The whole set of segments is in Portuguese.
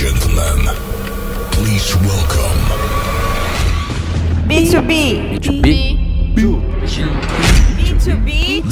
gentlemen, please welcome B2B. B2B. B2B.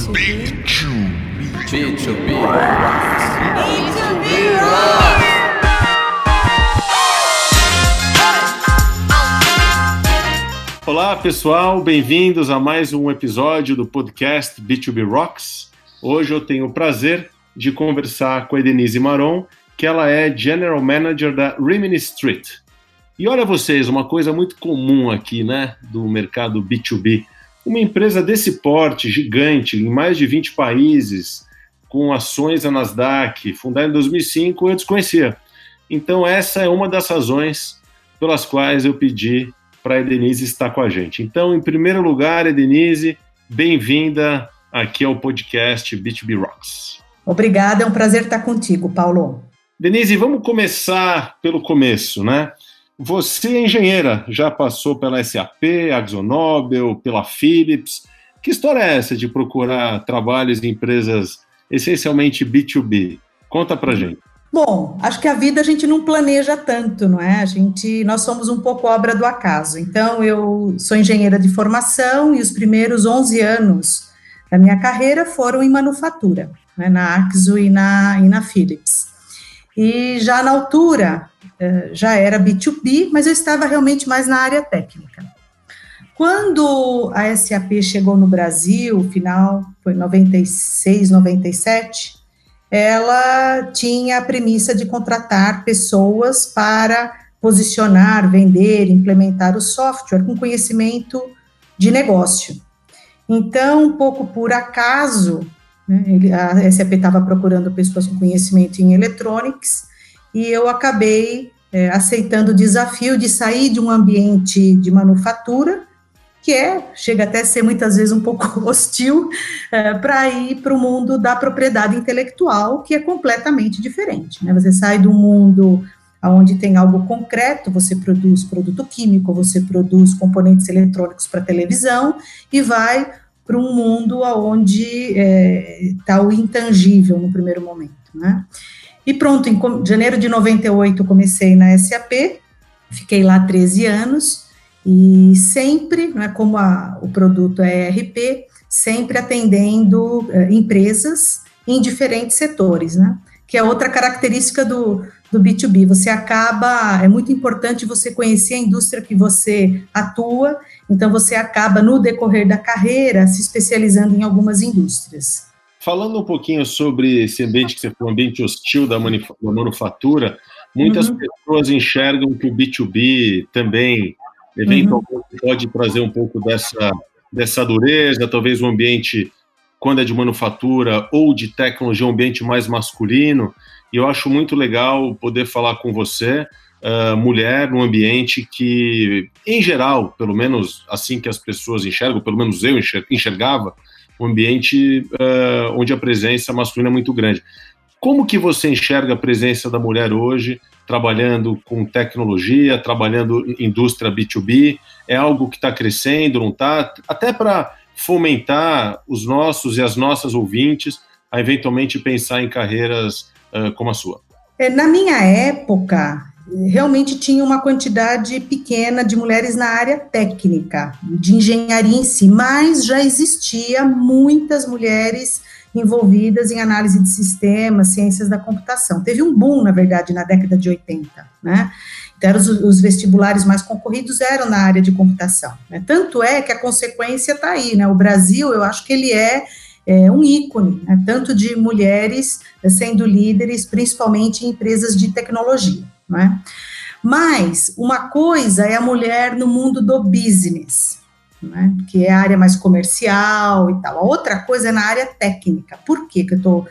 Olá pessoal, bem-vindos a mais um episódio do podcast B2B Rocks. Hoje eu tenho o prazer de conversar com a Denise Maron, que ela é General Manager da Rimini Street. E olha vocês, uma coisa muito comum aqui, né, do mercado B2B. Uma empresa desse porte, gigante, em mais de 20 países, com ações na Nasdaq, fundada em 2005, eu desconhecia. Então essa é uma das razões pelas quais eu pedi para a Denise estar com a gente. Então, em primeiro lugar, Denise, bem-vinda aqui ao podcast B2B Rocks. Obrigada, é um prazer estar contigo, Paulo. Denise, vamos começar pelo começo, né? Você é engenheira, já passou pela SAP, AkzoNobel, pela Philips. Que história é essa de procurar trabalhos em empresas essencialmente B2B? Conta pra gente. Bom, acho que a vida a gente não planeja tanto, não é? Nós somos um pouco obra do acaso. Então, eu sou engenheira de formação e os primeiros 11 anos da minha carreira foram em manufatura, né, na Akzo e na Philips. E já na altura, já era B2B, mas eu estava realmente mais na área técnica. Quando a SAP chegou no Brasil, final, foi 96, 97, ela tinha a premissa de contratar pessoas para posicionar, vender, implementar o software com conhecimento de negócio. Então, um pouco por acaso, né, a SAP estava procurando pessoas com conhecimento em electronics e eu acabei aceitando o desafio de sair de um ambiente de manufatura, que chega até a ser muitas vezes um pouco hostil, para ir para o mundo da propriedade intelectual, que é completamente diferente, né? Você sai do mundo onde tem algo concreto, você produz produto químico, você produz componentes eletrônicos para televisão, e vai para um mundo onde está o intangível no primeiro momento, né? E pronto, em janeiro de 98 comecei na SAP, fiquei lá 13 anos, e sempre, não é, como o produto é ERP, sempre atendendo empresas em diferentes setores, né? Que é outra característica do B2B. É muito importante você conhecer a indústria que você atua, então você acaba, no decorrer da carreira, se especializando em algumas indústrias. Falando um pouquinho sobre esse ambiente que você falou, ambiente hostil da manufatura, muitas pessoas enxergam que o B2B também eventualmente pode trazer um pouco dessa dureza, talvez um ambiente, quando é de manufatura ou de tecnologia, um ambiente mais masculino, e eu acho muito legal poder falar com você, mulher, num ambiente que, em geral, pelo menos assim que as pessoas enxergam, pelo menos eu enxergava, um ambiente onde a presença masculina é muito grande. Como que você enxerga a presença da mulher hoje, trabalhando com tecnologia, trabalhando em indústria B2B? É algo que está crescendo, não está? Até para fomentar os nossos e as nossas ouvintes a eventualmente pensar em carreiras como a sua. Na minha época, realmente tinha uma quantidade pequena de mulheres na área técnica, de engenharia em si, mas já existia muitas mulheres envolvidas em análise de sistemas, ciências da computação. Teve um boom, na verdade, na década de 80, né? Então, os vestibulares mais concorridos eram na área de computação, né? Tanto é que a consequência está aí, né? O Brasil, eu acho que ele é um ícone, né? Tanto de mulheres sendo líderes, principalmente em empresas de tecnologia, né? Mas uma coisa é a mulher no mundo do business, né, que é a área mais comercial e tal. A outra coisa é na área técnica. Por que eu estou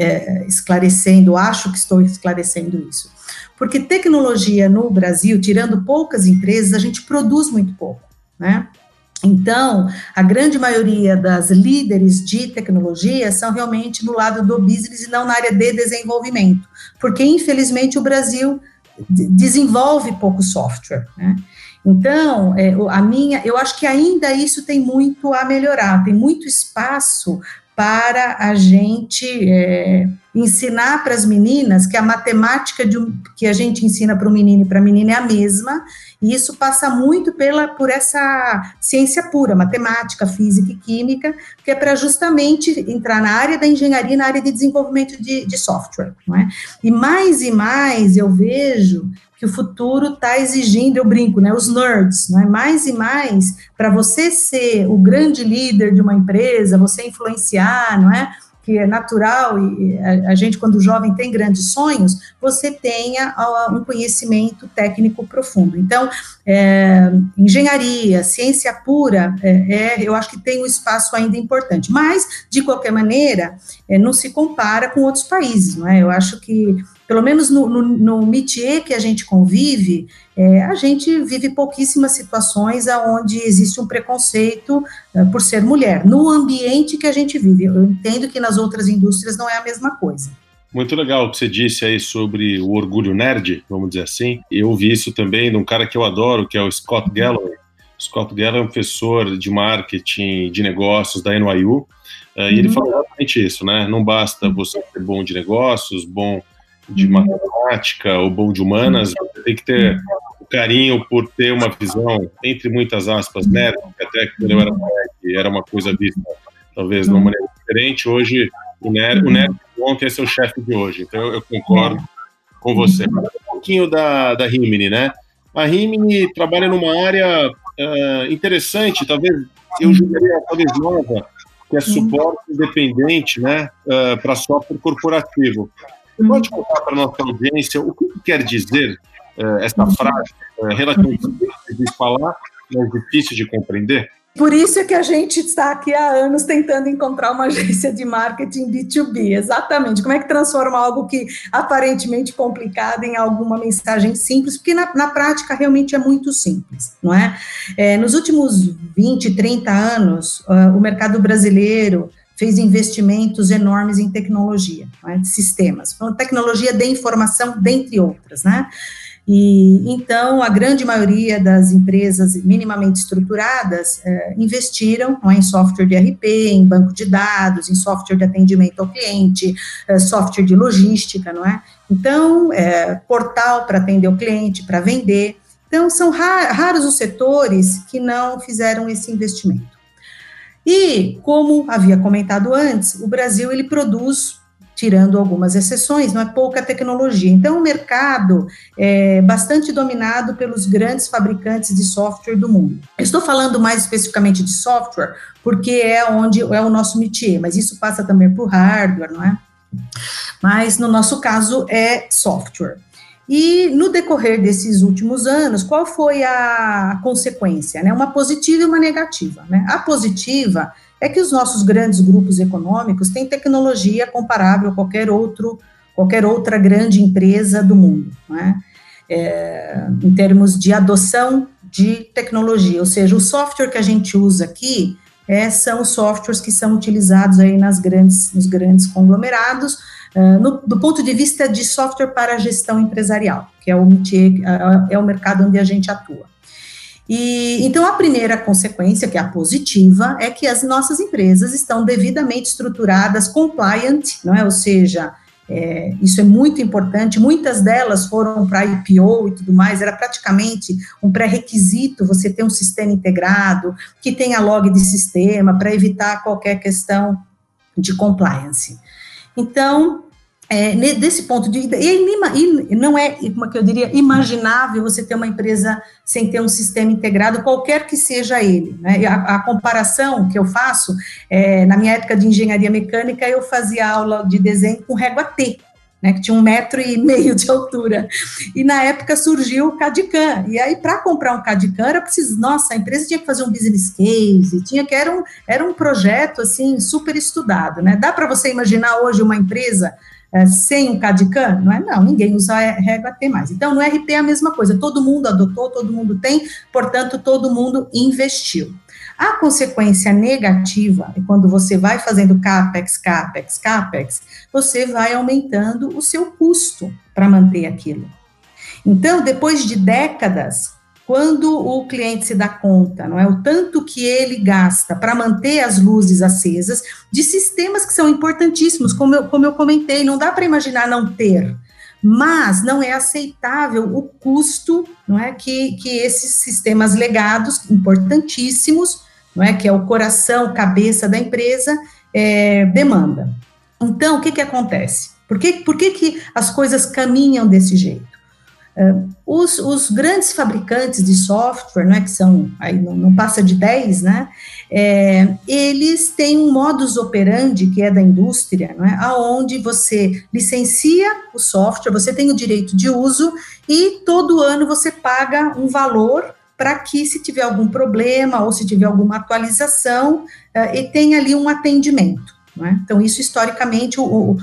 acho que estou esclarecendo isso? Porque tecnologia no Brasil, tirando poucas empresas, a gente produz muito pouco, né? Então, a grande maioria das líderes de tecnologia são realmente no lado do business e não na área de desenvolvimento, porque, infelizmente, o Brasil desenvolve pouco software, né? Então, eu acho que ainda isso tem muito a melhorar, tem muito espaço para a gente ensinar para as meninas que a matemática que a gente ensina para o menino e para a menina é a mesma, e isso passa muito por essa ciência pura, matemática, física e química, que é para justamente entrar na área da engenharia, na área de desenvolvimento de software, não é? E mais eu vejo que o futuro está exigindo, eu brinco, né, os nerds, né, mais e mais, para você ser o grande líder de uma empresa, você influenciar, não é? Que é natural, e a gente, quando jovem, tem grandes sonhos, você tenha um conhecimento técnico profundo. Então, engenharia, ciência pura, eu acho que tem um espaço ainda importante, mas, de qualquer maneira, não se compara com outros países, não é? Eu acho que, pelo menos no métier que a gente convive, a gente vive pouquíssimas situações onde existe um preconceito por ser mulher, no ambiente que a gente vive. Eu entendo que nas outras indústrias não é a mesma coisa. Muito legal o que você disse aí sobre o orgulho nerd, vamos dizer assim. Eu ouvi isso também de um cara que eu adoro, que é o Scott Galloway. Scott Galloway é um professor de marketing de negócios da NYU, e ele fala exatamente isso, né? Não basta você ser bom de negócios, bom de matemática ou bom de humanas, você tem que ter o carinho por ter uma visão, entre muitas aspas, nerd, que até quando eu era moleque era uma coisa vista talvez de uma maneira diferente. Hoje o nerd bom quer ser o chefe de hoje, então eu concordo com você. Mas um pouquinho da Rimini, né? A Rimini trabalha numa área interessante, talvez eu julgaria talvez nova, que é suporte independente, né, para software corporativo. Você pode contar para a nossa audiência o que quer dizer essa frase relativamente difícil de falar, mas difícil de compreender? Por isso é que a gente está aqui há anos tentando encontrar uma agência de marketing B2B, exatamente. Como é que transforma algo que aparentemente complicado em alguma mensagem simples, porque na prática realmente é muito simples, não é? Nos últimos 20, 30 anos, o mercado brasileiro fez investimentos enormes em tecnologia, né, de sistemas, tecnologia de informação, dentre outras, né? E então a grande maioria das empresas minimamente estruturadas investiram em software de RP, em banco de dados, em software de atendimento ao cliente, software de logística, não é? Então, portal para atender o cliente, para vender. Então, são raros os setores que não fizeram esse investimento. E, como havia comentado antes, o Brasil, ele produz, tirando algumas exceções, não é pouca tecnologia. Então, o mercado é bastante dominado pelos grandes fabricantes de software do mundo. Eu estou falando mais especificamente de software, porque é onde é o nosso métier, mas isso passa também por hardware, não é? Mas, no nosso caso, é software. E no decorrer desses últimos anos, qual foi a consequência, né? Uma positiva e uma negativa, né? A positiva é que os nossos grandes grupos econômicos têm tecnologia comparável a qualquer outra grande empresa do mundo, né? Em termos de adoção de tecnologia, ou seja, o software que a gente usa aqui são os softwares que são utilizados aí nos grandes conglomerados, do ponto de vista de software para a gestão empresarial, que é o mercado onde a gente atua. E então a primeira consequência, que é a positiva, é que as nossas empresas estão devidamente estruturadas, compliant, não é? Ou seja, isso é muito importante. Muitas delas foram para IPO e tudo mais, era praticamente um pré-requisito você ter um sistema integrado, que tenha log de sistema, para evitar qualquer questão de compliance. Então, desse ponto de vista, não é, como eu diria, imaginável você ter uma empresa sem ter um sistema integrado, qualquer que seja ele, né? A comparação que eu faço, na minha época de engenharia mecânica, eu fazia aula de desenho com régua T, né, que tinha 1,5 metro de altura, e na época surgiu o CAD/CAM, e aí para comprar um CAD/CAM era preciso, a empresa tinha que fazer um business case, era um projeto, assim, super estudado, né? Dá para você imaginar hoje uma empresa sem um CAD/CAM? Não, ninguém usa régua T mais. Então, no RP é a mesma coisa, todo mundo adotou, todo mundo tem, portanto, todo mundo investiu. A consequência negativa é quando você vai fazendo CAPEX, você vai aumentando o seu custo para manter aquilo. Então, depois de décadas, quando o cliente se dá conta, não é, o tanto que ele gasta para manter as luzes acesas, de sistemas que são importantíssimos, como eu comentei, não dá para imaginar não ter, mas não é aceitável o custo, não é, que esses sistemas legados, importantíssimos, não é, que é o coração, cabeça da empresa, demanda. Então, o que acontece? Por que as coisas caminham desse jeito? Os grandes fabricantes de software, né, que são, aí não passa de 10, né, eles têm um modus operandi, que é da indústria, não é, onde você licencia o software, você tem o direito de uso, e todo ano você paga um valor para que, se tiver algum problema, ou se tiver alguma atualização, e tem ali um atendimento, não é? Então, isso, historicamente, o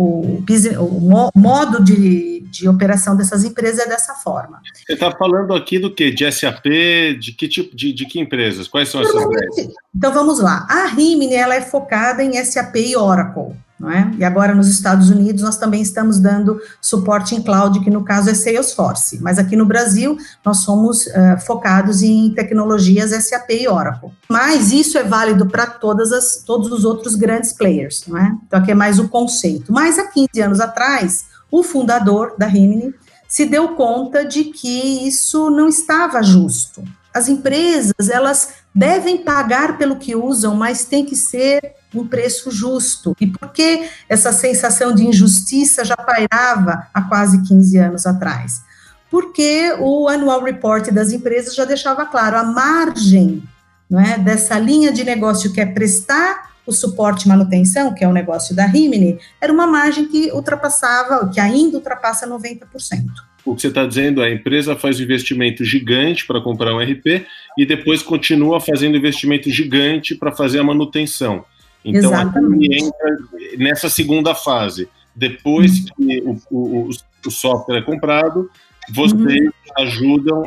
modo de operação dessas empresas é dessa forma. Você está falando aqui do quê? De SAP? De que tipo, de que empresas? Quais são essas 10? Então, vamos lá. A Rimini, ela é focada em SAP e Oracle, não é? E agora, nos Estados Unidos, nós também estamos dando suporte em cloud, que no caso é Salesforce, mas aqui no Brasil, nós somos focados em tecnologias SAP e Oracle. Mas isso é válido para todos os outros grandes players, não é? Então, aqui é mais o conceito. Mas, há 15 anos atrás, o fundador da Rimini se deu conta de que isso não estava justo. As empresas, elas devem pagar pelo que usam, mas tem que ser um preço justo. E por que essa sensação de injustiça já pairava há quase 15 anos atrás? Porque o Annual Report das empresas já deixava claro, a margem, não é, dessa linha de negócio que é prestar o suporte e manutenção, que é o negócio da Rimini, era uma margem que ainda ultrapassa 90%. O que você está dizendo é, a empresa faz um investimento gigante para comprar um RP e depois continua fazendo investimento gigante para fazer a manutenção. Então, a Rimini entra nessa segunda fase. Depois que o software é comprado, vocês ajudam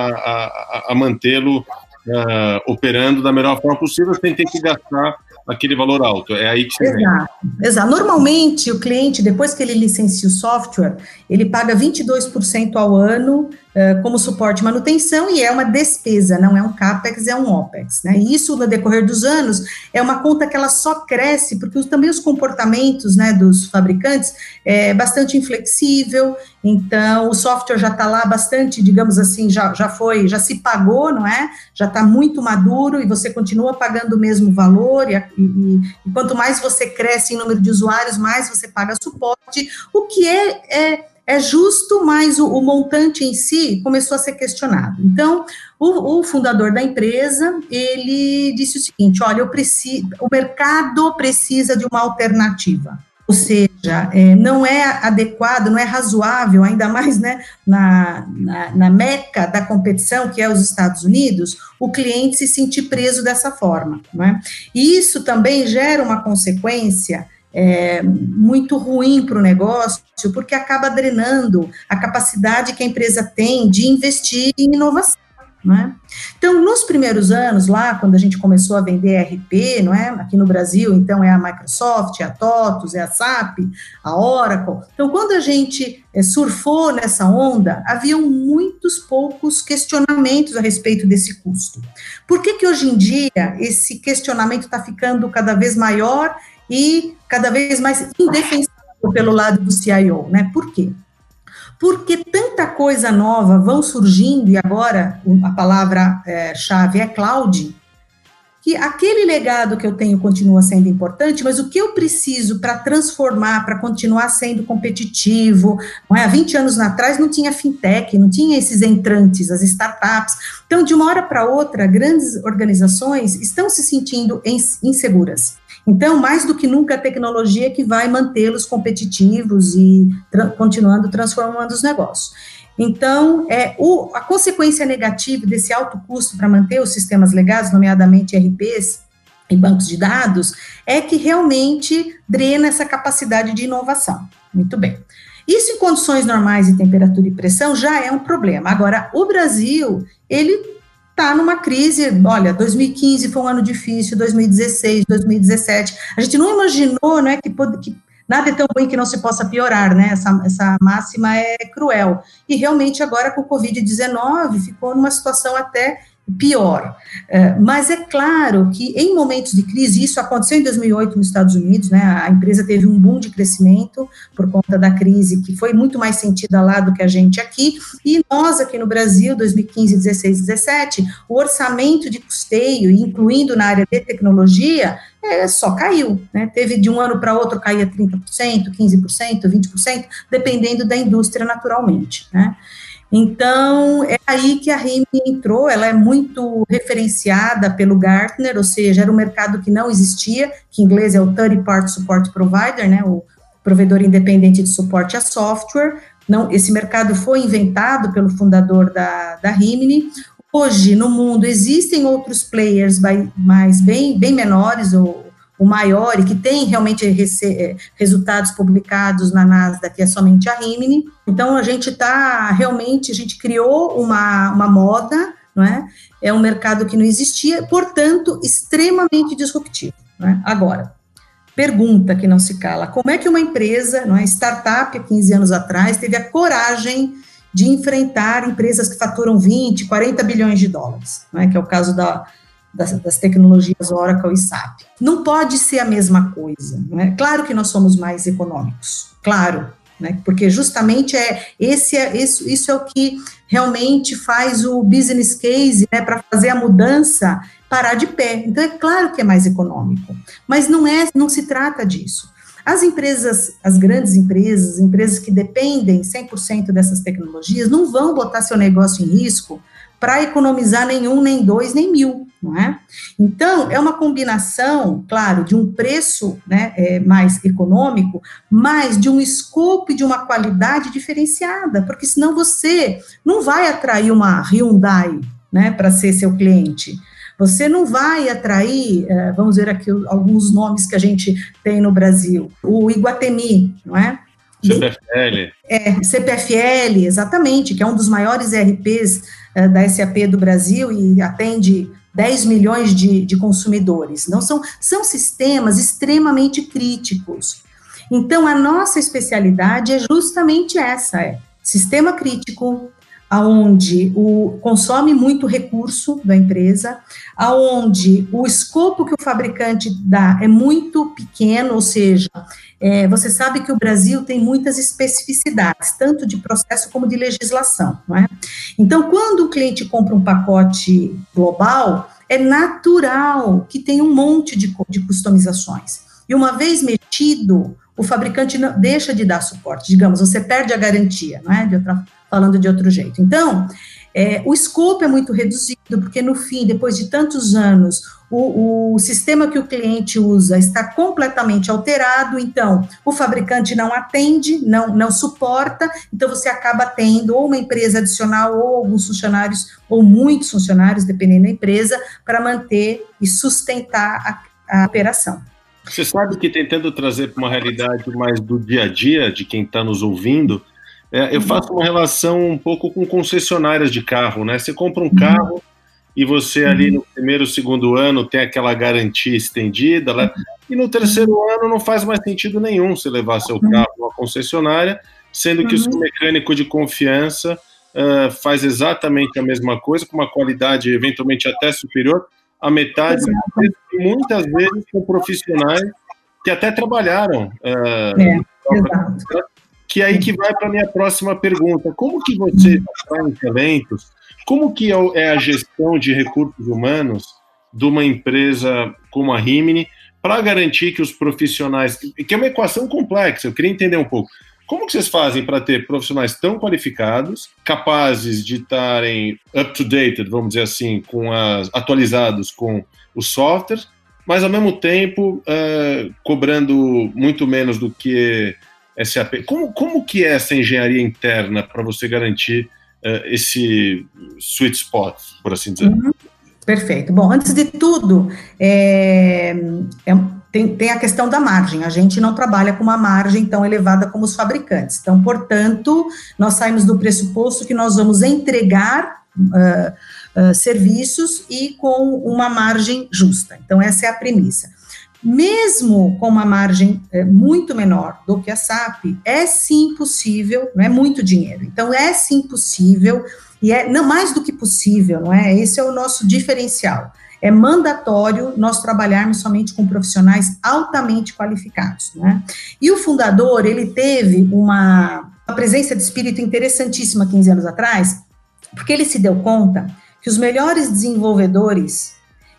a mantê-lo operando da melhor forma possível, sem ter que gastar aquele valor alto. É aí que você vem. Exato. Normalmente, o cliente, depois que ele licencia o software, ele paga 22% ao ano como suporte e manutenção, e é uma despesa, não é um CAPEX, é um OPEX, né? E isso, no decorrer dos anos, é uma conta que ela só cresce, porque também os comportamentos, né, dos fabricantes é bastante inflexível, então o software já está lá bastante, digamos assim, já se pagou, não é? Já está muito maduro, e você continua pagando o mesmo valor, e quanto mais você cresce em número de usuários, mais você paga suporte, o que é justo, mas o montante em si começou a ser questionado. Então, o fundador da empresa, ele disse o seguinte, olha, o mercado precisa de uma alternativa. Ou seja, não é adequado, não é razoável, ainda mais, né, na meca da competição, que é os Estados Unidos, o cliente se sentir preso dessa forma, não é? E isso também gera uma consequência muito ruim para o negócio, porque acaba drenando a capacidade que a empresa tem de investir em inovação, não é? Então, nos primeiros anos, lá, quando a gente começou a vender RP, não é? Aqui no Brasil, então, é a Microsoft, é a TOTUS, é a SAP, a Oracle. Então, quando a gente surfou nessa onda, haviam muitos poucos questionamentos a respeito desse custo. Por que hoje em dia esse questionamento está ficando cada vez maior e cada vez mais indefensável pelo lado do CIO, né? Por quê? Porque tanta coisa nova vão surgindo, e agora a palavra-chave é cloud, que aquele legado que eu tenho continua sendo importante, mas o que eu preciso para transformar, para continuar sendo competitivo, não é? Há 20 anos atrás não tinha fintech, não tinha esses entrantes, as startups. Então, de uma hora para outra, grandes organizações estão se sentindo inseguras. Então, mais do que nunca, a tecnologia que vai mantê-los competitivos e continuando transformando os negócios. Então, a consequência negativa desse alto custo para manter os sistemas legados, nomeadamente RPs e bancos de dados, é que realmente drena essa capacidade de inovação. Muito bem. Isso em condições normais de temperatura e pressão já é um problema. Agora, o Brasil, ele está numa crise, olha, 2015 foi um ano difícil, 2016, 2017, a gente não imaginou, né, que nada é tão ruim que não se possa piorar, né? Essa máxima é cruel. E realmente agora com o Covid-19 ficou numa situação até pior. Mas é claro que em momentos de crise, isso aconteceu em 2008 nos Estados Unidos, né? A empresa teve um boom de crescimento por conta da crise, que foi muito mais sentida lá do que a gente aqui, e nós aqui no Brasil, 2015, 16, 17, o orçamento de custeio, incluindo na área de tecnologia, só caiu, né? Teve de um ano para outro, caía 30%, 15%, 20%, dependendo da indústria naturalmente, né? Então, é aí que a Rimini entrou, ela é muito referenciada pelo Gartner, ou seja, era um mercado que não existia, que em inglês é o Third Party Support Provider, né, o provedor independente de suporte a software. Não, esse mercado foi inventado pelo fundador da Rimini. Hoje, no mundo, existem outros players mas bem menores, o maior, e que tem realmente resultados publicados na Nasdaq, que é somente a Rimini. Então, a gente criou uma moda, não é? É um mercado que não existia, portanto, extremamente disruptivo, não é? Agora, pergunta que não se cala, como é que uma empresa, não é, startup, há 15 anos atrás, teve a coragem de enfrentar empresas que faturam 20, 40 bilhões de dólares, não é? Que é o caso das tecnologias Oracle e SAP. Não pode ser a mesma coisa, não é? Claro que nós somos mais econômicos, claro, né? Porque justamente isso é o que realmente faz o business case, né, para fazer a mudança parar de pé. Então, é claro que é mais econômico, mas não se trata disso. As empresas, as grandes empresas que dependem 100% dessas tecnologias, não vão botar seu negócio em risco para economizar nem 1, nem 2, nem 1.000, não é? Então, é uma combinação, claro, de um preço, né, mais econômico, mas de um escopo e de uma qualidade diferenciada, porque senão você não vai atrair uma Hyundai, né, para ser seu cliente. Você não vai atrair, vamos ver aqui alguns nomes que a gente tem no Brasil, o Iguatemi, não é? CPFL. CPFL, exatamente, que é um dos maiores ERPs da SAP do Brasil e atende 10 milhões de consumidores. Então, são sistemas extremamente críticos. Então, a nossa especialidade é justamente essa, sistema crítico, aonde consome muito recurso da empresa, aonde o escopo que o fabricante dá é muito pequeno, ou seja, você sabe que o Brasil tem muitas especificidades, tanto de processo como de legislação, não é? Então, quando o cliente compra um pacote global, é natural que tenha um monte de customizações. E uma vez metido, o fabricante não deixa de dar suporte, digamos, você perde a garantia, não é? Falando de outro jeito. Então, o escopo é muito reduzido, porque no fim, depois de tantos anos, o sistema que o cliente usa está completamente alterado, então, o fabricante não atende, não suporta, então você acaba tendo ou uma empresa adicional, ou alguns funcionários, ou muitos funcionários, dependendo da empresa, para manter e sustentar a operação. Você sabe que, tentando trazer para uma realidade mais do dia a dia, de quem está nos ouvindo, eu faço uma relação um pouco com concessionárias de carro, né? Você compra um carro e você ali no primeiro, segundo ano tem aquela garantia estendida, né? E no terceiro ano não faz mais sentido nenhum você levar seu carro a uma concessionária, sendo que o seu mecânico de confiança faz exatamente a mesma coisa, com uma qualidade eventualmente até superior à metade, e muitas vezes com profissionais que até trabalharam. Que é aí que vai para a minha próxima pergunta. Como que você atrai talentos? Como que é a gestão de recursos humanos de uma empresa como a Rimini para garantir que os profissionais... Que é uma equação complexa, eu queria entender um pouco. Como que vocês fazem para ter profissionais tão qualificados, capazes de estarem up-to-date, vamos dizer assim, atualizados com os softwares, mas ao mesmo tempo cobrando muito menos do que... SAP. Como que é essa engenharia interna para você garantir esse sweet spot, por assim dizer? Perfeito. Bom, antes de tudo, tem a questão da margem. A gente não trabalha com uma margem tão elevada como os fabricantes. Então, portanto, nós saímos do pressuposto que nós vamos entregar serviços e com uma margem justa. Então, essa é a premissa. mesmo com uma margem muito menor do que a SAP, é sim possível, não é muito dinheiro, então é sim possível, e é não mais do que possível, não é? Esse é o nosso diferencial. É mandatório nós trabalharmos somente com profissionais altamente qualificados, né? E o fundador, ele teve uma presença de espírito interessantíssima 15 anos atrás, porque ele se deu conta que os melhores desenvolvedores,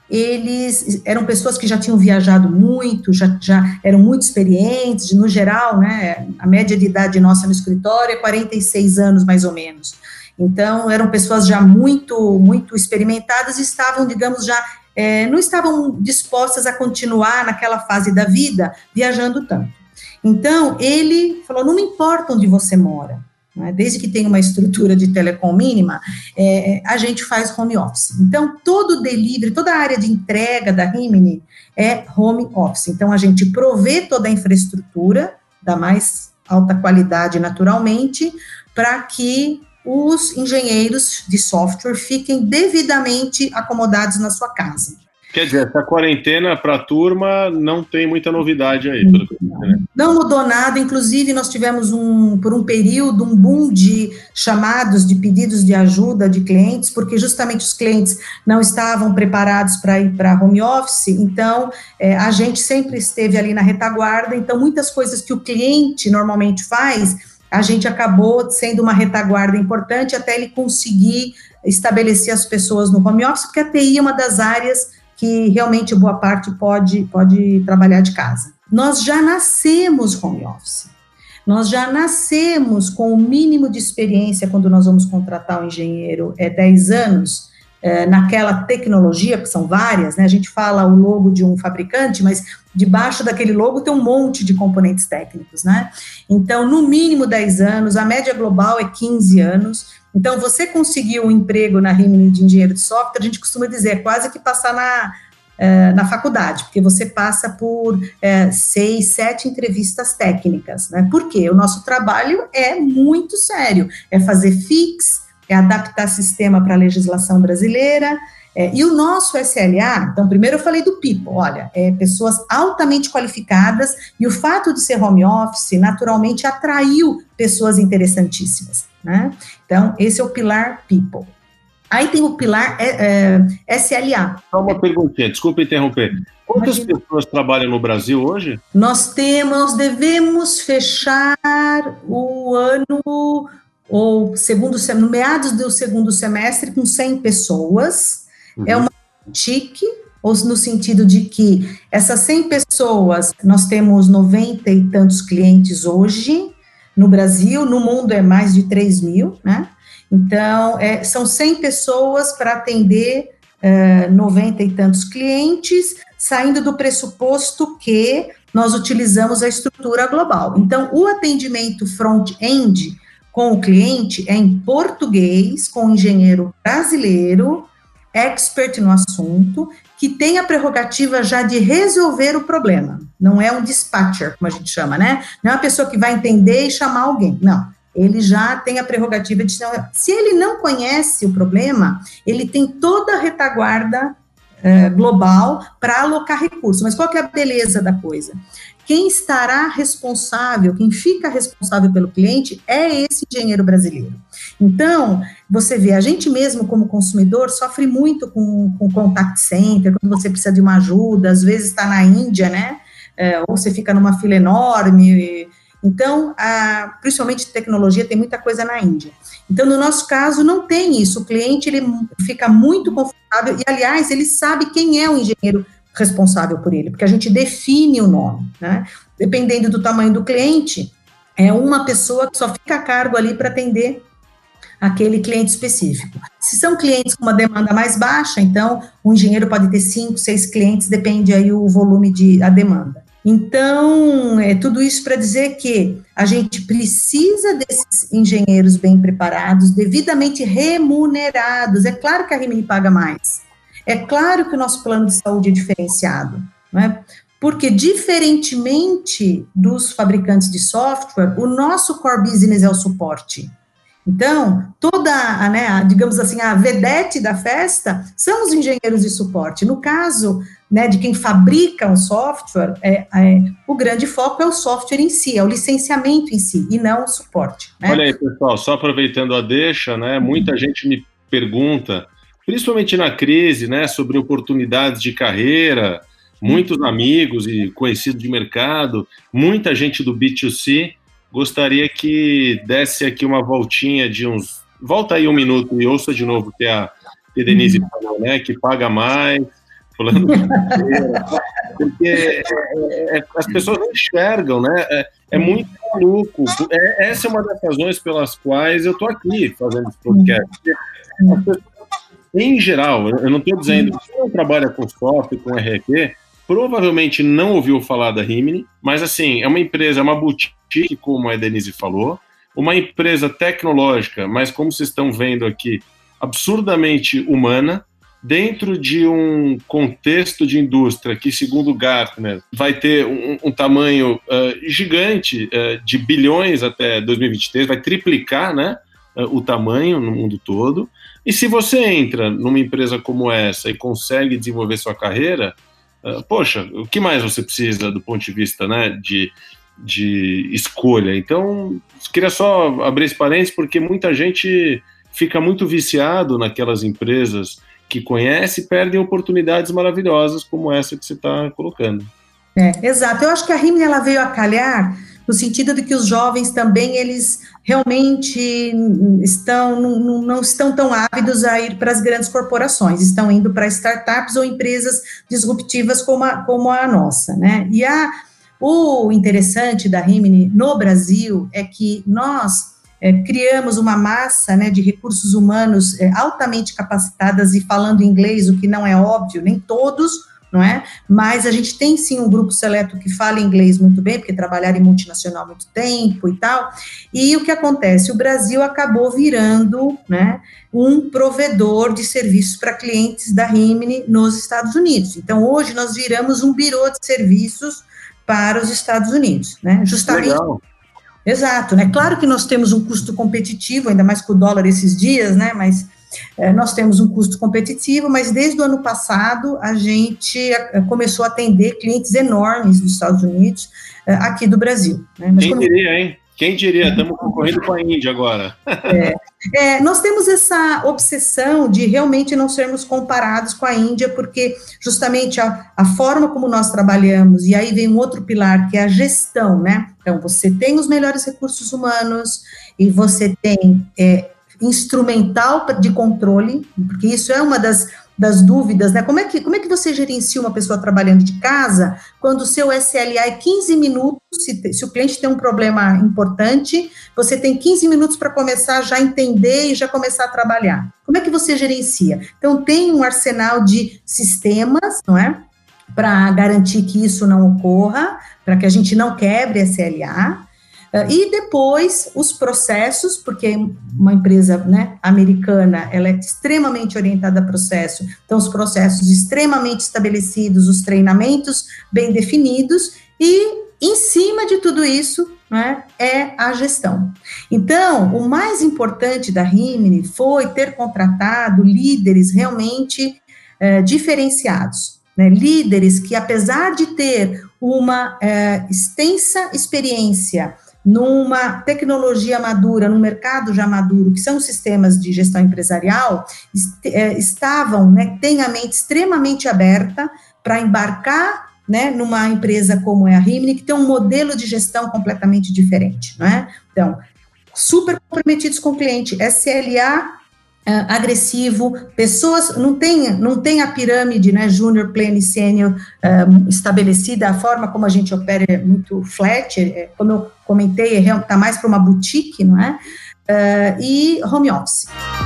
eles eram pessoas que já tinham viajado muito, já eram muito experientes, no geral, né, a média de idade nossa no escritório é 46 anos, mais ou menos. Então, eram pessoas já muito experimentadas e estavam, digamos, já não estavam dispostas a continuar naquela fase da vida viajando tanto. Então, ele falou, não me importa onde você mora, né, desde que tenha uma estrutura de telecom mínima, a gente faz home office. Então, todo o delivery, toda a área de entrega da Rimini é home office. Então, a gente provê toda a infraestrutura da mais alta qualidade, naturalmente, para que os engenheiros de software fiquem devidamente acomodados na sua casa. Quer dizer, essa quarentena para a turma não tem muita novidade aí, pelo que eu entendi, né? Não mudou nada, inclusive nós tivemos por um período um boom de chamados, de pedidos de ajuda de clientes, porque justamente os clientes não estavam preparados para ir para home office, então a gente sempre esteve ali na retaguarda, então muitas coisas que o cliente normalmente faz, a gente acabou sendo uma retaguarda importante até ele conseguir estabelecer as pessoas no home office, porque a TI é uma das áreas que realmente boa parte pode trabalhar de casa. Nós já nascemos home office, nós já nascemos com o mínimo de experiência quando nós vamos contratar um engenheiro, 10 anos, naquela tecnologia, que são várias, né? A gente fala o logo de um fabricante, mas debaixo daquele logo tem um monte de componentes técnicos, né? Então, no mínimo 10 anos, a média global é 15 anos. Então, você conseguiu um emprego na Rimini de engenheiro de software, a gente costuma dizer, é quase que passar na faculdade, porque você passa por 6, 7 entrevistas técnicas, né? Por quê? O nosso trabalho é muito sério, é fazer fix, é adaptar sistema para a legislação brasileira, e o nosso SLA, então, primeiro eu falei do people, olha, pessoas altamente qualificadas, e o fato de ser home office, naturalmente, atraiu pessoas interessantíssimas, né? Então, esse é o pilar people. Aí tem o pilar SLA. Só uma perguntinha, desculpa interromper. Quantas pessoas trabalham no Brasil hoje? Nós devemos fechar o ano, ou no meados do segundo semestre, com 100 pessoas. Uhum. É uma tique, ou no sentido de que essas 100 pessoas, nós temos 90 e tantos clientes hoje no Brasil, no mundo é mais de 3 mil, né? Então, são 100 pessoas para atender 90 e tantos clientes, saindo do pressuposto que nós utilizamos a estrutura global. Então, o atendimento front-end com o cliente é em português, com um engenheiro brasileiro, expert no assunto, que tem a prerrogativa já de resolver o problema. Não é um dispatcher, como a gente chama, né? Não é uma pessoa que vai entender e chamar alguém, não. Ele já tem a prerrogativa de... Se ele não conhece o problema, ele tem toda a retaguarda global para alocar recursos. Mas qual que é a beleza da coisa? Quem estará responsável, quem fica responsável pelo cliente é esse engenheiro brasileiro. Então, você vê, a gente mesmo como consumidor sofre muito com contact center, quando você precisa de uma ajuda, às vezes está na Índia, né? Ou você fica numa fila enorme. Então, principalmente tecnologia, tem muita coisa na Índia. Então, no nosso caso, não tem isso. O cliente, ele fica muito confortável e, aliás, ele sabe quem é o engenheiro responsável por ele, porque a gente define o nome, né? Dependendo do tamanho do cliente, é uma pessoa que só fica a cargo ali para atender aquele cliente específico. Se são clientes com uma demanda mais baixa, então, o engenheiro pode ter 5, 6 clientes, depende aí o volume a demanda. Então, tudo isso para dizer que a gente precisa desses engenheiros bem preparados, devidamente remunerados. É claro que a Rimini paga mais. É claro que o nosso plano de saúde é diferenciado, não é? Porque, diferentemente dos fabricantes de software, o nosso core business é o suporte. Então, toda, né, digamos assim, a vedete da festa são os engenheiros de suporte. No caso, né, de quem fabrica um software, o grande foco é o software em si, é o licenciamento em si, e não o suporte. Né? Olha aí, pessoal, só aproveitando a deixa, né, muita gente me pergunta, principalmente na crise, né, sobre oportunidades de carreira, muitos amigos e conhecidos de mercado, muita gente do B2C, gostaria que desse aqui uma voltinha de uns... Volta aí um minuto e ouça de novo o que a Denise falou, né, que paga mais, falando porque as pessoas não enxergam, né, é muito maluco. Essa é uma das razões pelas quais eu estou aqui fazendo esse podcast. As pessoas, em geral, eu não estou dizendo que quem não trabalha com software, com RP, provavelmente não ouviu falar da Rimini, mas assim, é uma empresa, é uma boutique, como a Denise falou, uma empresa tecnológica, mas como vocês estão vendo aqui, absurdamente humana, dentro de um contexto de indústria que, segundo Gartner, vai ter um tamanho gigante, de bilhões até 2023, vai triplicar, né, o tamanho no mundo todo. E se você entra numa empresa como essa e consegue desenvolver sua carreira, poxa, o que mais você precisa do ponto de vista, né, de escolha? Então, queria só abrir esse parênteses, porque muita gente fica muito viciado naquelas empresas que conhece e perdem oportunidades maravilhosas como essa que você está colocando. Exato. Eu acho que a Rimini ela veio a calhar no sentido de que os jovens também, eles realmente não estão tão ávidos a ir para as grandes corporações, estão indo para startups ou empresas disruptivas como a nossa, né? E o interessante da Rimini no Brasil é que nós criamos uma massa, né, de recursos humanos altamente capacitadas e falando inglês, o que não é óbvio, nem todos, não é? Mas a gente tem sim um grupo seleto que fala inglês muito bem, porque trabalharam em multinacional há muito tempo e tal, e o que acontece? O Brasil acabou virando, né, um provedor de serviços para clientes da Rimini nos Estados Unidos. Então, hoje nós viramos um birô de serviços para os Estados Unidos, né? Justamente... Legal. Exato, né? Claro que nós temos um custo competitivo, ainda mais com o dólar esses dias, né? Mas nós temos um custo competitivo, mas desde o ano passado a gente começou a atender clientes enormes dos Estados Unidos aqui do Brasil. Né? Mas quem diria, hein? Quem diria? Estamos concorrendo com a Índia agora. Nós temos essa obsessão de realmente não sermos comparados com a Índia, porque justamente a forma como nós trabalhamos, e aí vem um outro pilar, que é a gestão, né? Então, você tem os melhores recursos humanos e você tem instrumental de controle, porque isso é uma das dúvidas, né? Como é que você gerencia uma pessoa trabalhando de casa quando o seu SLA é 15 minutos, se o cliente tem um problema importante, você tem 15 minutos para começar a já entender e já começar a trabalhar. Como é que você gerencia? Então, tem um arsenal de sistemas, não é? Para garantir que isso não ocorra, para que a gente não quebre SLA. E depois os processos, porque uma empresa, né, americana, ela é extremamente orientada a processo, então os processos extremamente estabelecidos, os treinamentos bem definidos, e em cima de tudo isso, né, é a gestão. Então, o mais importante da Rimini foi ter contratado líderes realmente diferenciados, né, líderes que, apesar de ter uma extensa experiência numa tecnologia madura, num mercado já maduro, que são os sistemas de gestão empresarial, estavam, né, têm a mente extremamente aberta para embarcar, né, numa empresa como é a Rimini, que tem um modelo de gestão completamente diferente, não é? Então, super comprometidos com o cliente, SLA agressivo, pessoas, não tem a pirâmide, né, júnior, pleno e sênior estabelecida, a forma como a gente opera é muito flat, como eu comentei, está mais para uma boutique, não é? E home office.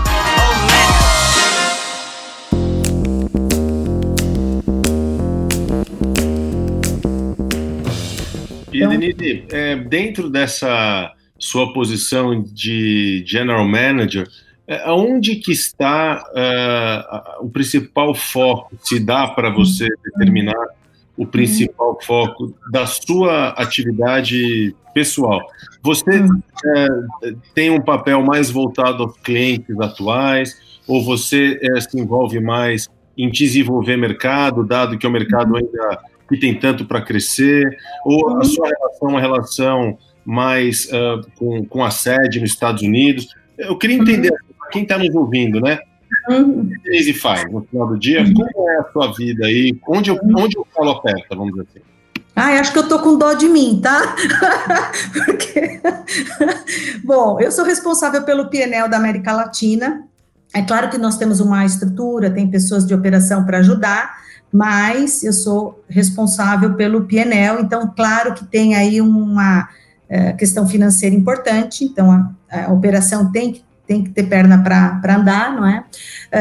E, Denise, dentro dessa sua posição de General Manager, aonde que está o principal foco, se dá para você determinar o principal foco da sua atividade pessoal. Você tem um papel mais voltado aos clientes atuais, ou você se envolve mais em desenvolver mercado, dado que o mercado ainda que tem tanto para crescer, ou a sua relação é uma relação mais com a sede nos Estados Unidos? Eu queria entender, para quem está nos ouvindo, né? O que Denise faz no final do dia? Como é a sua vida aí? Onde o calo aperta, vamos dizer assim? Acho que eu tô com dó de mim, tá? Porque... Bom, eu sou responsável pelo P&L da América Latina. É claro que nós temos uma estrutura, tem pessoas de operação para ajudar, mas eu sou responsável pelo P&L, então, claro que tem aí uma questão financeira importante, então a operação tem que ter perna para andar, não é?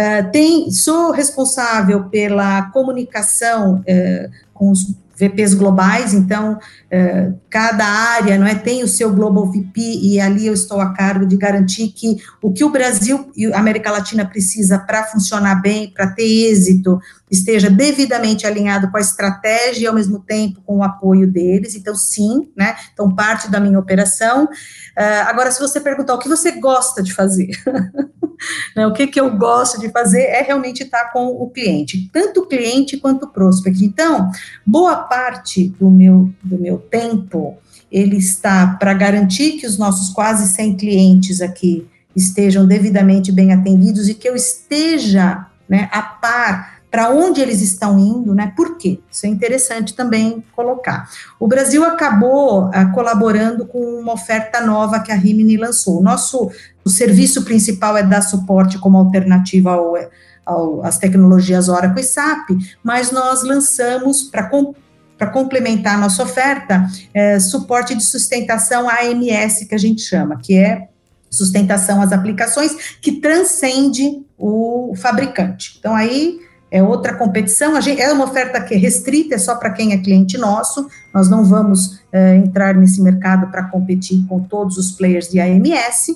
Sou responsável pela comunicação com os VPs globais, então, cada área, não é, tem o seu Global VP, e ali eu estou a cargo de garantir que o que o Brasil e a América Latina precisa para funcionar bem, para ter êxito, esteja devidamente alinhado com a estratégia e, ao mesmo tempo, com o apoio deles. Então, sim, né, então, parte da minha operação. Agora, se você perguntar o que você gosta de fazer, né, o que eu gosto de fazer é realmente estar com o cliente, tanto o cliente quanto o prospect. Então, boa parte do meu tempo, ele está para garantir que os nossos quase 100 clientes aqui estejam devidamente bem atendidos e que eu esteja, né, a par para onde eles estão indo, né? Por quê? Isso é interessante também colocar. O Brasil acabou colaborando com uma oferta nova que a Rimini lançou. O serviço principal é dar suporte como alternativa às tecnologias Oracle e SAP, mas nós lançamos para complementar a nossa oferta, suporte de sustentação AMS, que a gente chama, que é sustentação às aplicações, que transcende o fabricante. Então, aí é outra competição, é uma oferta que é restrita, é só para quem é cliente nosso, nós não vamos entrar nesse mercado para competir com todos os players de AMS,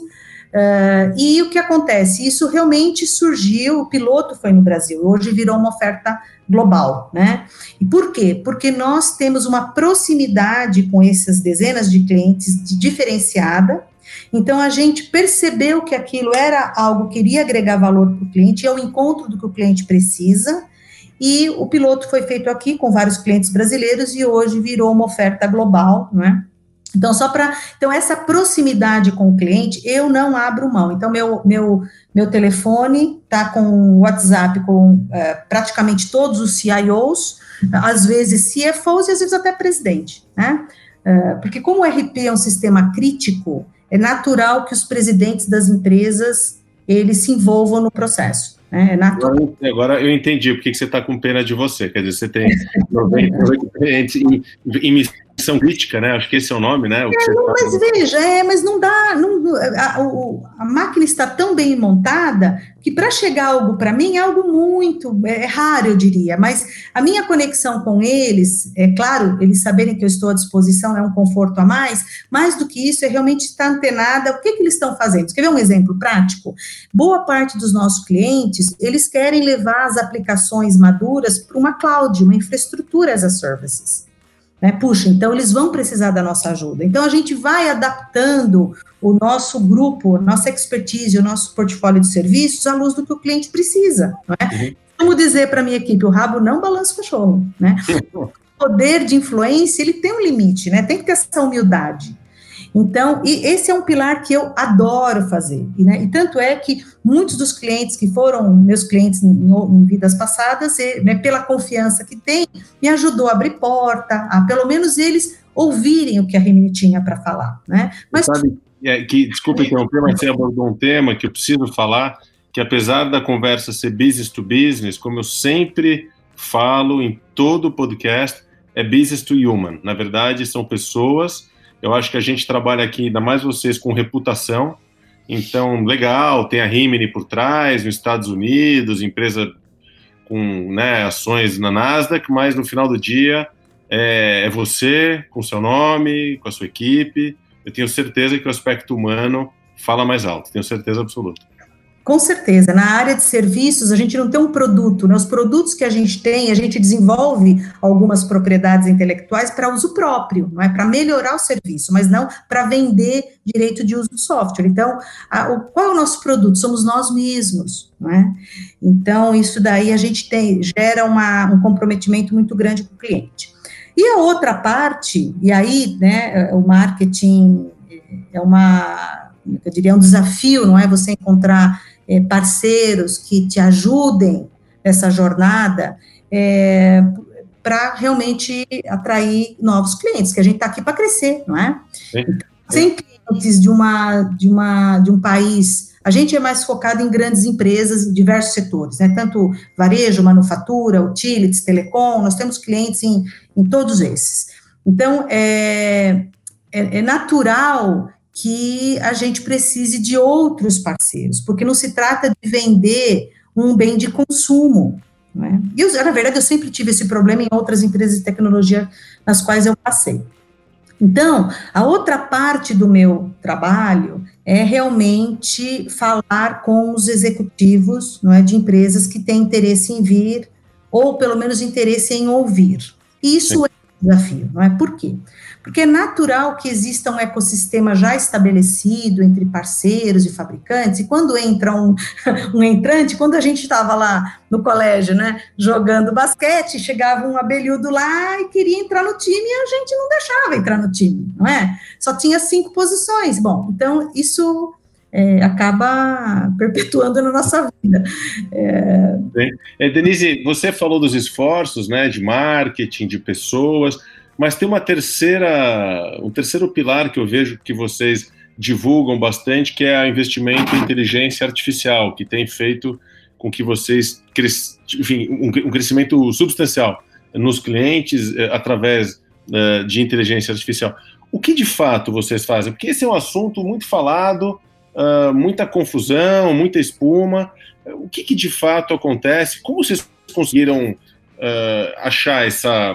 e o que acontece? Isso realmente surgiu, o piloto foi no Brasil, hoje virou uma oferta global, né? E por quê? Porque nós temos uma proximidade com essas dezenas de clientes diferenciada. Então, a gente percebeu que aquilo era algo que iria agregar valor para o cliente, é o encontro do que o cliente precisa, e o piloto foi feito aqui com vários clientes brasileiros, e hoje virou uma oferta global, não é? Então, então, essa proximidade com o cliente, eu não abro mão. Então, meu telefone está com o WhatsApp com praticamente todos os CIOs, às vezes CFOs e às vezes até presidente, né? Porque como o RP é um sistema crítico, é natural que os presidentes das empresas, eles se envolvam no processo. Né? Agora eu entendi porque que você está com pena de você. Quer dizer, você tem 98 clientes em missão crítica, né? Acho que esse é o nome, né? Mas veja, mas não dá. A máquina está tão bem montada que para chegar algo para mim é algo muito raro, eu diria. Mas a minha conexão com eles, é claro, eles saberem que eu estou à disposição é um conforto a mais. Mais do que isso, é realmente estar antenada. O que eles estão fazendo? Quer ver um exemplo prático? Boa parte dos nossos clientes, eles querem levar as aplicações maduras para uma cloud, uma infraestrutura as a services. Puxa, então eles vão precisar da nossa ajuda. Então a gente vai adaptando o nosso grupo, nossa expertise, o nosso portfólio de serviços à luz do que o cliente precisa. Não é? Uhum. Como dizer para a minha equipe, o rabo não balança o cachorro. Né? O poder de influência, ele tem um limite, né? Tem que ter essa humildade. Então, e esse é um pilar que eu adoro fazer, né? E tanto é que muitos dos clientes que foram meus clientes em vidas passadas, né, pela confiança que tem, me ajudou a abrir porta, a pelo menos eles ouvirem o que a Rimini tinha para falar, né? Mas sabe, desculpa interromper, mas você abordou um tema que eu preciso falar, que apesar da conversa ser business to business, como eu sempre falo em todo o podcast, é business to human. Na verdade, são pessoas. Eu acho que a gente trabalha aqui, ainda mais vocês, com reputação. Então, legal, tem a Rimini por trás, nos Estados Unidos, empresa com, né, ações na Nasdaq, mas no final do dia é você, com seu nome, com a sua equipe. Eu tenho certeza que o aspecto humano fala mais alto, tenho certeza absoluta. Com certeza, na área de serviços, a gente não tem um produto, né? Os produtos que a gente tem, a gente desenvolve algumas propriedades intelectuais para uso próprio, não é? Para melhorar o serviço, mas não para vender direito de uso do software. Então, qual é o nosso produto? Somos nós mesmos, não é? Então, isso daí a gente gera um comprometimento muito grande com o cliente. E a outra parte, e aí, né, o marketing eu diria, um desafio, não é? Você encontrar parceiros que te ajudem nessa jornada para realmente atrair novos clientes, que a gente está aqui para crescer, não é? Então, sem clientes de um país, a gente é mais focado em grandes empresas em diversos setores, né? Tanto varejo, manufatura, utilities, telecom, nós temos clientes em todos esses. Então, é natural que a gente precise de outros parceiros, porque não se trata de vender um bem de consumo, não é? E na verdade, eu sempre tive esse problema em outras empresas de tecnologia nas quais eu passei. Então, a outra parte do meu trabalho é realmente falar com os executivos, não é, de empresas que têm interesse em vir, ou pelo menos interesse em ouvir. E isso é um desafio, não é? Por quê? Porque é natural que exista um ecossistema já estabelecido entre parceiros e fabricantes, e quando entra um entrante, quando a gente estava lá no colégio, né, jogando basquete, chegava um abelhudo lá e queria entrar no time, e a gente não deixava entrar no time, não é? Só tinha 5 posições. Bom, então isso acaba perpetuando na nossa vida. Denise, você falou dos esforços, né, de marketing, de pessoas, mas tem um terceiro pilar que eu vejo que vocês divulgam bastante, que é o investimento em inteligência artificial, que tem feito com que vocês, um crescimento substancial nos clientes através de inteligência artificial. O que de fato vocês fazem? Porque esse é um assunto muito falado, muita confusão, muita espuma. O que de fato acontece? Como vocês conseguiram achar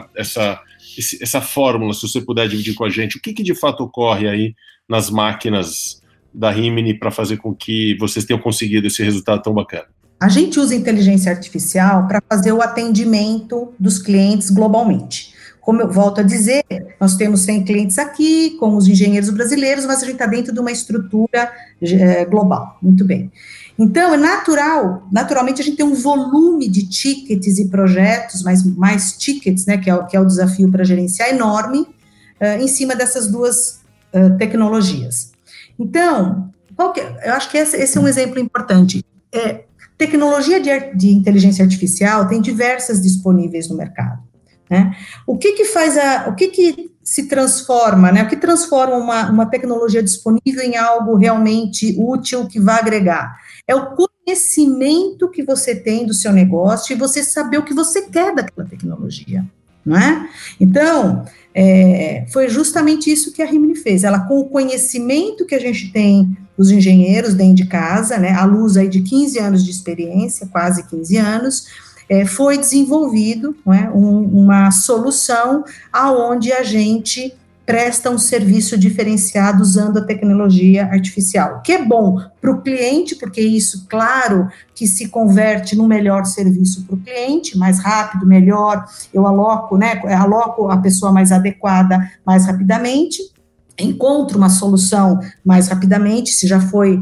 essa fórmula, se você puder dividir com a gente, o que de fato ocorre aí nas máquinas da Rimini para fazer com que vocês tenham conseguido esse resultado tão bacana? A gente usa inteligência artificial para fazer o atendimento dos clientes globalmente. Como eu volto a dizer, nós temos 100 clientes aqui, com os engenheiros brasileiros, mas a gente está dentro de uma estrutura global. Muito bem. Então, naturalmente a gente tem um volume de tickets e projetos, mais tickets, né, que é o desafio para gerenciar, enorme, em cima dessas duas tecnologias. Então, eu acho que esse é um exemplo importante. Tecnologia de inteligência artificial tem diversas disponíveis no mercado, né? O que se transforma, né? O que transforma uma tecnologia disponível em algo realmente útil que vai agregar? É o conhecimento que você tem do seu negócio e você saber o que você quer daquela tecnologia, não é? Então, foi justamente isso que a Rimini fez. Ela, com o conhecimento que a gente tem dos engenheiros dentro de casa, né, à luz aí de 15 anos de experiência, quase 15 anos, foi desenvolvido, não é, uma solução aonde a gente presta um serviço diferenciado usando a tecnologia artificial, o que é bom para o cliente, porque isso, claro, que se converte num melhor serviço para o cliente, mais rápido, melhor, eu aloco a pessoa mais adequada mais rapidamente, encontro uma solução mais rapidamente, se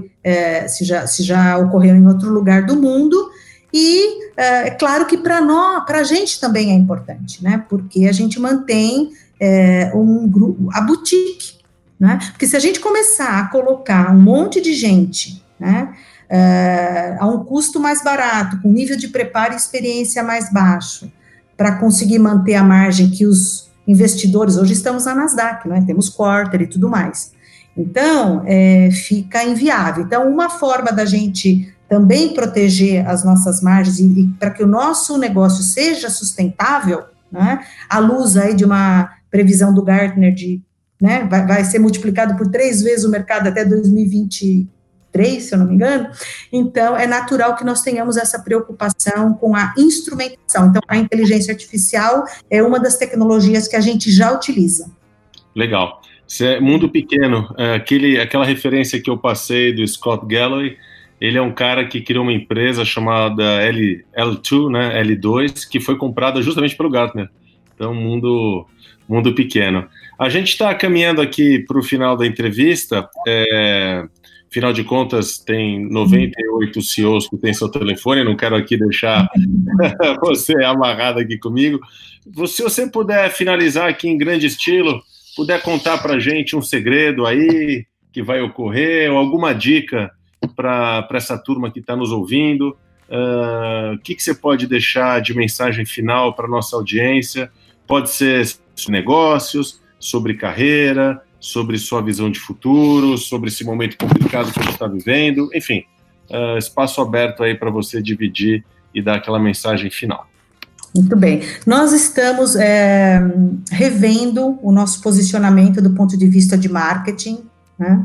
já ocorreu em outro lugar do mundo. E é claro que para a gente também é importante, né? Porque a gente mantém a boutique, né? Porque se a gente começar a colocar um monte de gente, né, a um custo mais barato, com nível de preparo e experiência mais baixo, para conseguir manter a margem que os investidores, hoje estamos na Nasdaq, né? Temos quarter e tudo mais. Então, fica inviável. Então, uma forma da gente também proteger as nossas margens e para que o nosso negócio seja sustentável, né, à luz aí de uma previsão do Gartner né, vai ser multiplicado por 3 vezes o mercado até 2023, se eu não me engano. Então, é natural que nós tenhamos essa preocupação com a instrumentação. Então, a inteligência artificial é uma das tecnologias que a gente já utiliza. Legal. Isso é Mundo Pequeno, aquela referência que eu passei do Scott Galloway, Ele é um cara que criou uma empresa chamada L2, né, L2, que foi comprada justamente pelo Gartner. Então, mundo pequeno. A gente está caminhando aqui para o final da entrevista. Afinal de contas, tem 98 CEOs que têm seu telefone. Não quero aqui deixar você amarrado aqui comigo. Se você puder finalizar aqui em grande estilo, puder contar para a gente um segredo aí que vai ocorrer, ou alguma dica para essa turma que está nos ouvindo, o que você pode deixar de mensagem final para a nossa audiência? Pode ser sobre negócios, sobre carreira, sobre sua visão de futuro, sobre esse momento complicado que a gente está vivendo, enfim, espaço aberto aí para você dividir e dar aquela mensagem final. Muito bem. Nós estamos revendo o nosso posicionamento do ponto de vista de marketing, né?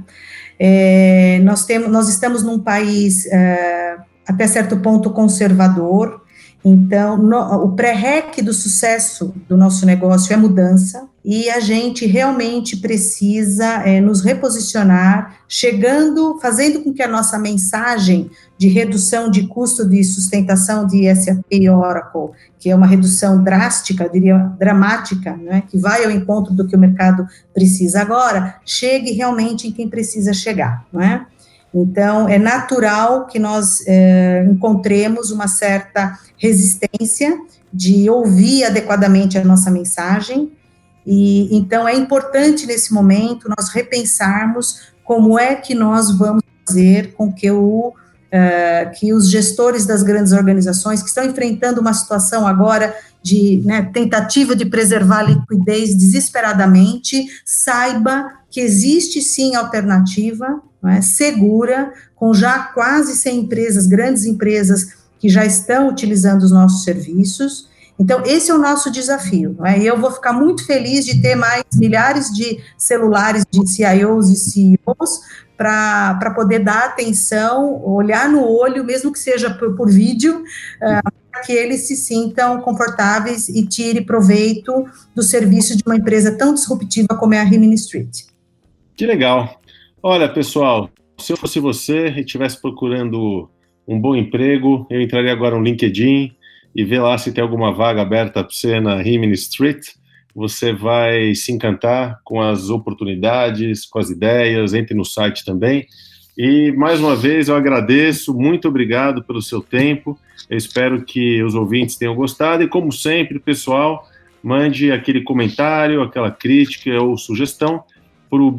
Nós estamos num país até certo ponto conservador, então o pré-req do sucesso do nosso negócio é mudança, e a gente realmente precisa nos reposicionar, fazendo com que a nossa mensagem de redução de custo de sustentação de SAP e Oracle, que é uma redução drástica, eu diria dramática, né, que vai ao encontro do que o mercado precisa agora, chegue realmente em quem precisa chegar, não é? Então, é natural que nós encontremos uma certa resistência de ouvir adequadamente a nossa mensagem, e então é importante nesse momento nós repensarmos como é que nós vamos fazer com que os gestores das grandes organizações que estão enfrentando uma situação agora de tentativa de preservar a liquidez desesperadamente, saiba que existe sim alternativa, segura, com já quase 100 empresas, grandes empresas que já estão utilizando os nossos serviços. Então, esse é o nosso desafio, e eu vou ficar muito feliz de ter mais milhares de celulares de CIOs e CEOs para poder dar atenção, olhar no olho, mesmo que seja por vídeo, para que eles se sintam confortáveis e tirem proveito do serviço de uma empresa tão disruptiva como é a Rimini Street. Que legal. Olha, pessoal, se eu fosse você e estivesse procurando um bom emprego, eu entraria agora no LinkedIn e ver lá se tem alguma vaga aberta para você na Rimini Street. Você vai se encantar com as oportunidades, com as ideias, entre no site também. E, mais uma vez, eu agradeço, muito obrigado pelo seu tempo, eu espero que os ouvintes tenham gostado, e como sempre, pessoal, mande aquele comentário, aquela crítica ou sugestão para o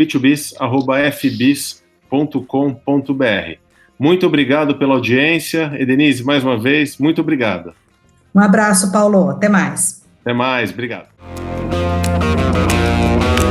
b2bis@fbis.com.br. Muito obrigado pela audiência, e Denise, mais uma vez, muito obrigado. Um abraço, Paulo, até mais. Até mais, obrigado.